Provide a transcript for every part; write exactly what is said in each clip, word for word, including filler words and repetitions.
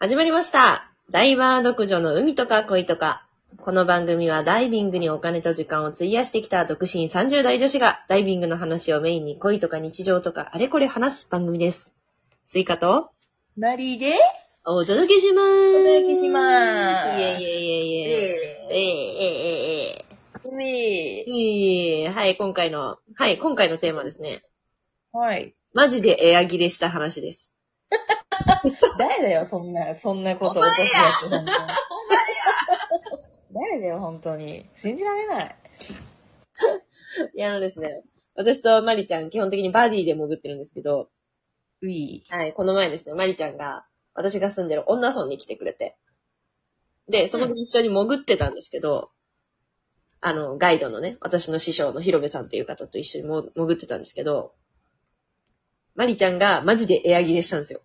始まりました。ダイバー独女の海とか恋とか。この番組はダイビングにお金と時間を費やしてきた独身さんじゅう代女子がダイビングの話をメインに恋とか日常とかあれこれ話す番組です。スイカとマリーでお届けしまーす。 お届けしまーす。 イェイイェイイェイイェイ。イェイイェイイェイイェイ。 海。 はい、今回の、はい、今回のテーマですね。 はい。 マジでエア切れした話です。 誰だよ、そんな、そんなこと起こすやつ、本当に。誰だよ、本当に。信じられない。 いや、あのですね、私とマリちゃん、基本的にバディで潜ってるんですけど、 うい。 はい、この前ですね、マリちゃんが、私が住んでる女村に来てくれて、で、そこで一緒に潜ってたんですけど、うん、あの、ガイドのね、私の師匠の広部さんっていう方と一緒にも潜ってたんですけど、マリちゃんがマジでエア切れしたんですよ。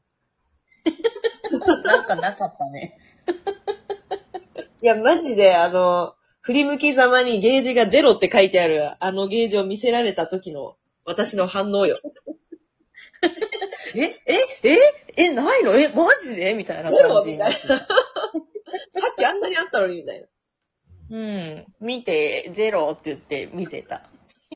なんかなかったね。 いや、マジで、あの、振り向きざまにゲージがゼロって書いてある、あのゲージを見せられた時の私の反応よ。 ええええないのえマジでみたいな感じ。 ゼロみたいな。さっきあんなにあったのにみたいな。 うん。見て、ゼロって言って見せた。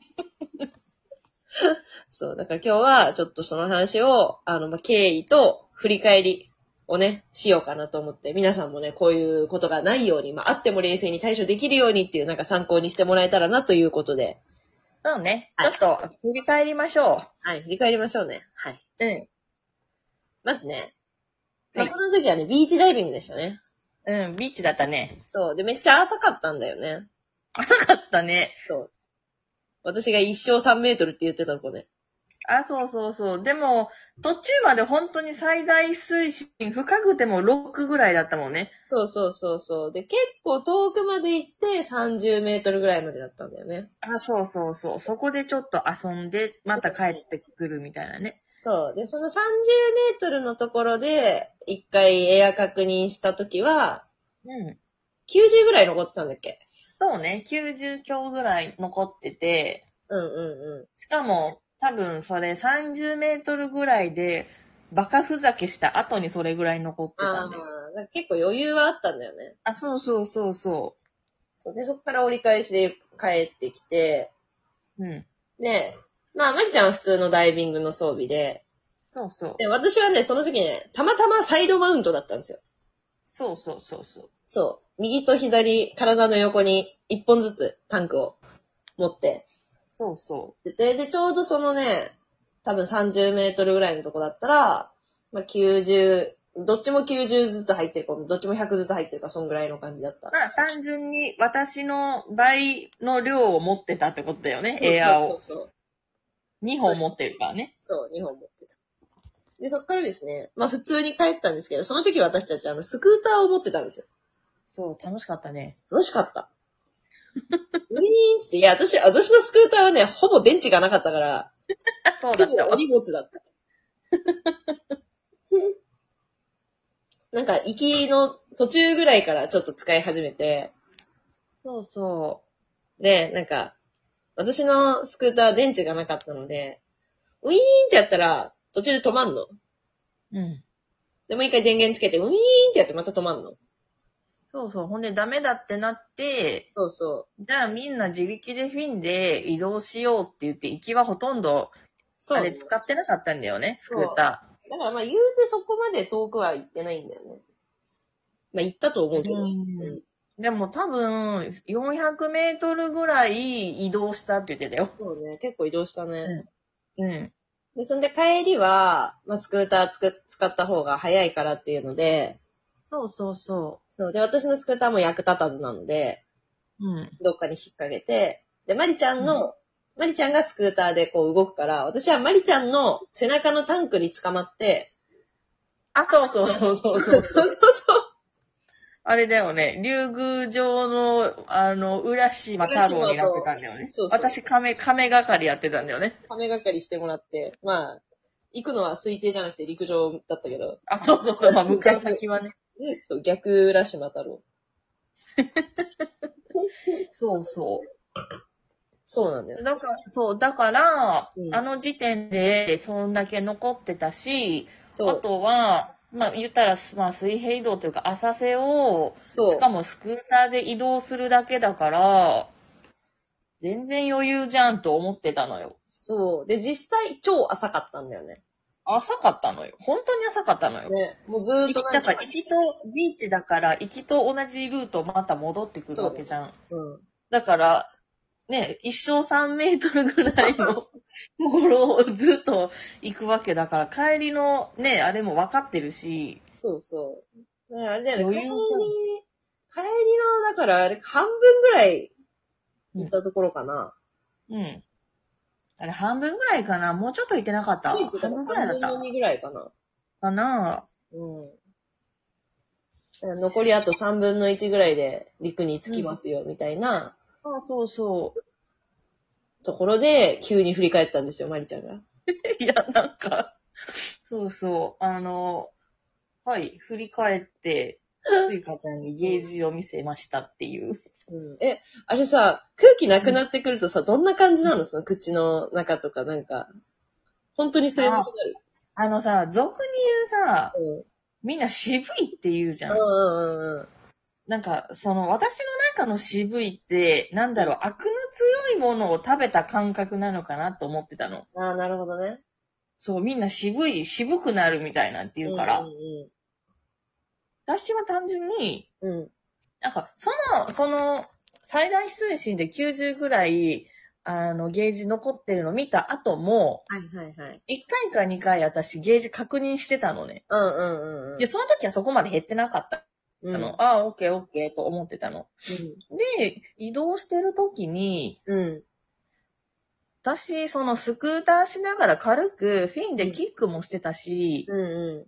そう、だから今日はちょっとその話を、あの、ま、経緯と振り返りをね、しようかなと思って、皆さんもね、こういうことがないように、まあ、あっても冷静に対処できるようにっていう、なんか参考にしてもらえたらなということで。 そうね。 はい、 ちょっと、振り返りましょう。 はい、振り返りましょうね。はい。 うん。まずね、まあ、この時はね、ビーチダイビングでしたね。 うん、ビーチだったね。 そう。で、めっちゃ浅かったんだよね。 浅かったね。 そう。私が一生さんメートルって言ってたとこね。 あ、そうそうそう。でも、途中まで本当に最大水深、深くてもろくぐらいだったもんね。 そうそうそうそう。で、結構遠くまで行ってさんじゅうメートルぐらいまでだったんだよね。 あ、そうそうそう。そこでちょっと遊んで、また帰ってくるみたいなね。 そう。で、そのさんじゅうメートルのところで、一回エア確認したときは、 うん。 きゅうじゅうぐらい残ってたんだっけ？ そうね。きゅうじゅう強ぐらい残ってて、 うんうんうん。 しかも、多分それさんじゅうメートルぐらいで、バカふざけした後にそれぐらい残ってたんで。 ああ、結構余裕はあったんだよね。 あ、そうそうそうそそうで、そこから折り返しで帰ってきて、 う。うん。 で、まあ、マリちゃんは普通のダイビングの装備で、 そうそう。 で、私はね、その時ね、たまたまサイドマウントだったんですよ。 そうそうそうそう。 そう。右と左、体の横に一本ずつタンクを持って。 そうそで、で、ちょうどそのね、多分さんじゅうメートルぐらいのとこだったら、まあ、きゅうじゅう、どっちもきゅうじゅうずつ入ってるか、どっちもひゃくずつ入ってるか、そんぐらいの感じだった。 まあ、単純に私の倍の量を持ってたってことだよね、エアーを。 そうそうそう。 にほん持ってるからね。 そう、にほん持ってた。で、そっからですね、まあ普通に帰ったんですけど、その時私たちあの、スクーターを持ってたんですよ。 そう、楽しかったね。 楽しかった。ウィーンって、いや、私、私のスクーターはね、ほぼ電池がなかったから、 そうだったわ。 お荷物だった。なんか、行きの途中ぐらいからちょっと使い始めて、 そうそで、なんか、私のスクーターは電池がなかったので、ウィーンってやったら、途中で止まんの。 う。うん。 で、もう一回電源つけて、ウィーンってやってまた止まんの。 そうそう。ほんでダメだってなって、 そうそじゃあみんな自力でフィンで移動しようって言って、行きはほとんど、 う。そう。 あれ使ってなかったんだよね、スクーター。だからまあ言うてそこまで遠くは行ってないんだよね。まあ行ったと思うけど。 うん。でも多分、よんひゃくメートルぐらい移動したって言ってたよ。 そうね、結構移動したね。 うん。うん。 で、そんで帰りは、まあ、スクーターつく使った方が早いからっていうので、 そうそうそそう。で、私のスクーターも役立たずなので、 う。うん。 どっかに引っ掛けて、で、マリちゃんの、うん、マリちゃんがスクーターでこう動くから、私はマリちゃんの背中のタンクに捕まって、 あ、そうそうそうそうそう。 そうそうそう。 あれだよね。竜宮城の、あの、浦島太郎になってたんだよね。そうそう。私、亀、亀係やってたんだよね。 亀係してもらって、まあ、行くのは水底じゃなくて陸上だったけど。 あ、そうそうそう。まあ、向かい先はね。 逆浦島太郎。 そうそう。 そうなんだよ。 だから、そう、だから、 うん、 あの時点でそんだけ残ってたし、 そう。 あとは、 まあ言ったら、まあ水平移動というか浅瀬を、しかもスクーターで移動するだけだから、全然余裕じゃんと思ってたのよ。 そう。で、実際超浅かったんだよね。 浅かったのよ。本当に浅かったのよ。 ね。もうずーっとなんか、行きと、ビーチだから、行きと同じルートまた戻ってくるわけじゃん。 うん。 だから、ね、一生さんメートルぐらいのところをずっと行くわけだから、帰りのね、あれも分かってるし。 そうそう。だからあれだよね、帰り、 余裕じゃん。 帰りの、だからあれ半分ぐらい行ったところかな。 うん。うんあれ半分ぐらいかなもうちょっと行ってなかった。半分ぐらいだった。 さんぶんのにぐらいかな。 かなうん。残りあとさんぶんのいちぐらいで陸に着きますよ、みたいな。 ああ、そうそう。 ところで、急に振り返ったんですよ、マリちゃんが。 いや、なんか、そうそう。あの、はい、振り返って、つい方にゲージを見せましたっていう。 うん、え、あれさ、空気なくなってくるとさ、どんな感じなのその口の中とかなんか、本当に吸えなくなる。 あのさ、俗に言うさ、 うん、 みんな渋いって言うじゃん。 うんうんうん。 なんか、その、私の中の渋いって、なんだろう、悪の強いものを食べた感覚なのかなと思ってたの。 ああ、なるほどね。 そう、みんな渋い、渋くなるみたいなんて言うから。 うんうん私は単純に、 うん。うん。 なんか、その、その、最大推進できゅうじゅうぐらい、あの、ゲージ残ってるの見た後も、 はいはいはい。 いっかいかにかい私ゲージ確認してたのね。 うんうんうんうん。 で、その時はそこまで減ってなかった。 うん、 あの、ああ、オッケーオッケーと思ってたの。 うん。 で、移動してる時に、 うん。 私、そのスクーターしながら軽くフィンでキックもしてたし、 うんうん。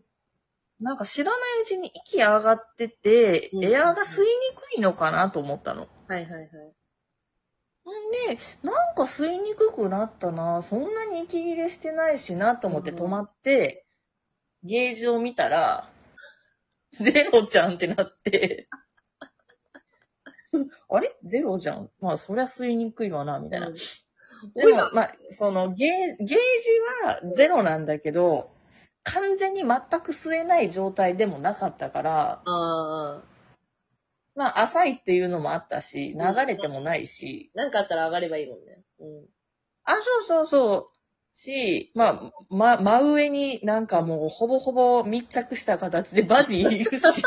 なんか知らないうちに息上がってて、 うんエアーが吸いにくいのかなと思ったの。 はいはいはい。 んで、なんか吸いにくくなったな、そんなに息切れしてないしなと思って止まって、ゲージを見たら、ゼロじゃんってなって、あれゼロじゃん。まあ、そりゃ吸いにくいわな、みたいな。 うん、 でも、まあ、そのゲー、ゲージはゼロなんだけど、完全に全く吸えない状態でもなかったから、 ああ。 まあ、浅いっていうのもあったし、流れてもないし、 なんかあったら上がればいいもんね。うん。 あ、そうそうそう。し、まあ、ま、真上になんかもうほぼほぼ密着した形でバディいるし、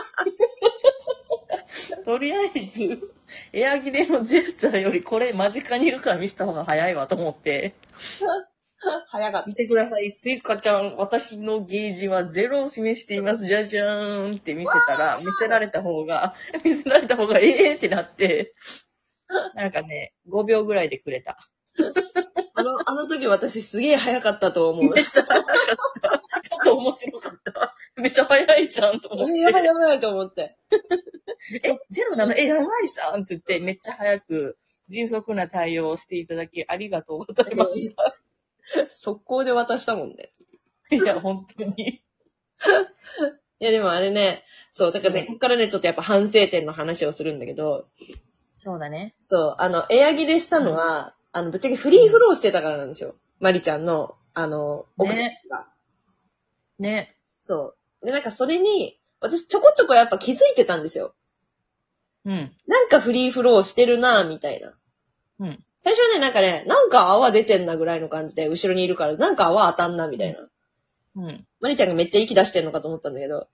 とりあえず、エア切れのジェスチャーよりこれ間近にいるから見せた方が早いわと思って、 早かった。 見てください、スイカちゃん、私のゲージはゼロを示しています、じゃじゃーんって見せたら、見せられた方が、見せられた方がええーってなって、なんかね、ごびょうぐらいでくれた。 あの、あの時私すげえ早かったと思う。 めっちゃ早かった。ちょっと面白かった。めっちゃ早いじゃんと思って。 やばいやばいと思って。 え、ゼロなのえ、やばいじゃんって言って、めっちゃ早く、迅速な対応をしていただき、ありがとうございました。 速攻で渡したもんね。 いや、本当に。 いや、でもあれね、そう、だからね、ここからね、ちょっとやっぱ反省点の話をするんだけど、 そうだね。 そう、あの、エア切れしたのは、あの、ぶっちゃけフリーフローしてたからなんですよ。マリちゃんの、あの、奥さんが。 ね。 そう。で、なんかそれに、私ちょこちょこやっぱ気づいてたんですよ。 うん。 なんかフリーフローしてるなぁ、みたいな。 うん。 最初はね、なんかね、なんか泡出てんなぐらいの感じで、後ろにいるから、なんか泡当たんな、みたいな。 うん。 マリちゃんがめっちゃ息出してんのかと思ったんだけど。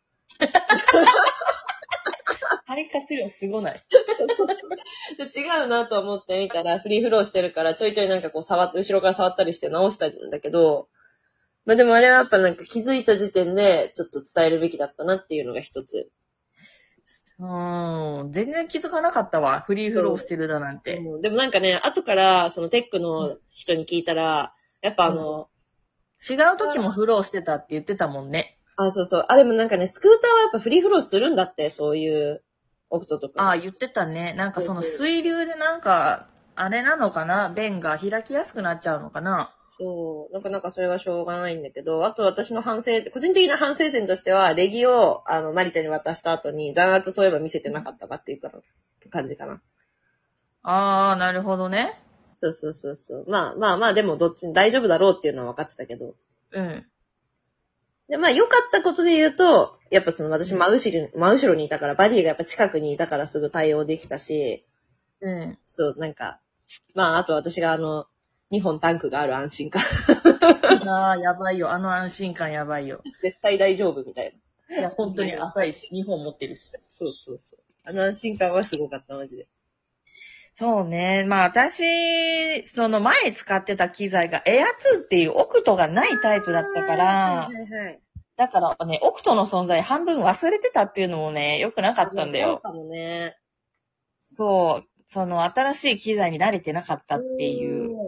肺活量すごない。 違うなと思ってみたら、フリーフローしてるから、ちょいちょいなんかこう触って、後ろから触ったりして直したんだけど、まあでもあれはやっぱなんか気づいた時点で、ちょっと伝えるべきだったなっていうのが一つ。 うーん。全然気づかなかったわ。フリーフローしてるだなんて。 うん、でもなんかね、後からそのテックの人に聞いたら、やっぱあの、 違う時もフローしてたって言ってたもんね。 あ、そうそう。あ、でもなんかね、スクーターはやっぱフリーフローするんだって、そういうオクトとか。 ああ、言ってたね。なんかその水流でなんか、あれなのかな弁が開きやすくなっちゃうのかなそう。なんかなんかそれがしょうがないんだけど、あと私の反省、個人的な反省点としては、レギを、あの、マリちゃんに渡した後に、弾圧そういえば見せてなかったかっていうか、って感じかな。 ああ、なるほどね。 そうそうそうそう。まあまあまあ、でもどっちに大丈夫だろうっていうのは分かってたけど。 うん。 で、まあ良かったことで言うと、やっぱその私真後ろ、真後ろにいたから、バディがやっぱ近くにいたからすぐ対応できたし、 うん。 そう、なんか、まああと私があの、にほんタンクがある安心感。 ああ、やばいよ。あの安心感やばいよ。 絶対大丈夫みたいな。 いや、本当に浅いし、にほん持ってるし。 そうそうそう。あの安心感はすごかった、マジで。 そうね。まあ私、その前使ってた機材がエアツーっていうオクトがないタイプだったから、 はいはいはい。 だからね、オクトの存在半分忘れてたっていうのもね、良くなかったんだよ。 そうかもね。 そう。その新しい機材に慣れてなかったっていう。 い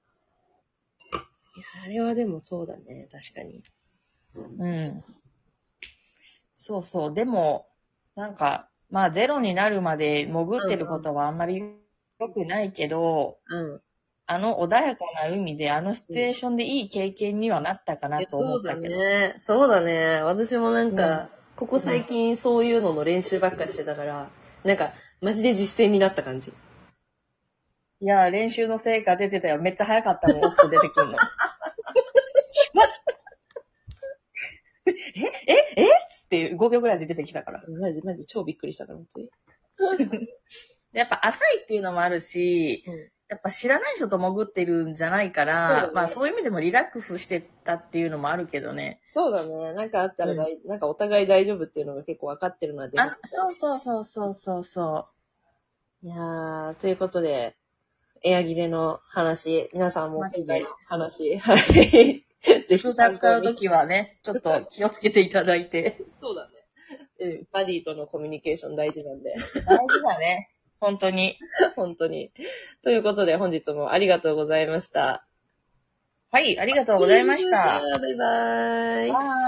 や、あれはでもそうだね、確かに。 うん。そうそう。でも、なんか、まあゼロになるまで潜ってることはあんまり良くないけど、 うん。 あの穏やかな海であのシチュエーションでいい経験にはなったかなえ、 と思そうだったけど。 ね。そうだね。私もなんか、 うんここ最近そういうのの練習ばっかりしてたから、なんか、マジで実践になった感じ。 いや、練習の成果出てたよ。めっちゃ早かったもん、オクト出てくるの。えええつってごびょうぐらいで出てきたから。 マジ、マジ超びっくりしたから、本当に。 やっぱ浅いっていうのもあるし、 うん。 やっぱ知らない人と潜ってるんじゃないから、 そうだねまあそういう意味でもリラックスしてたっていうのもあるけどね。 そうだね。なんかあったらだい、なんかお互い大丈夫っていうのが結構分かってるので。 あ、そうそうそうそうそうそいやー、ということで、エア切れの話、皆さんも今回話、はい。ぜう。 ひスクーター使うときはね、ちょっと気をつけていただいて。 そうだね。うん。バディとのコミュニケーション大事なんで。 大事だね。本当に。 本当に。ということで本日もありがとうございました。 はい、ありがとうございました。 バイバーイ。 バイ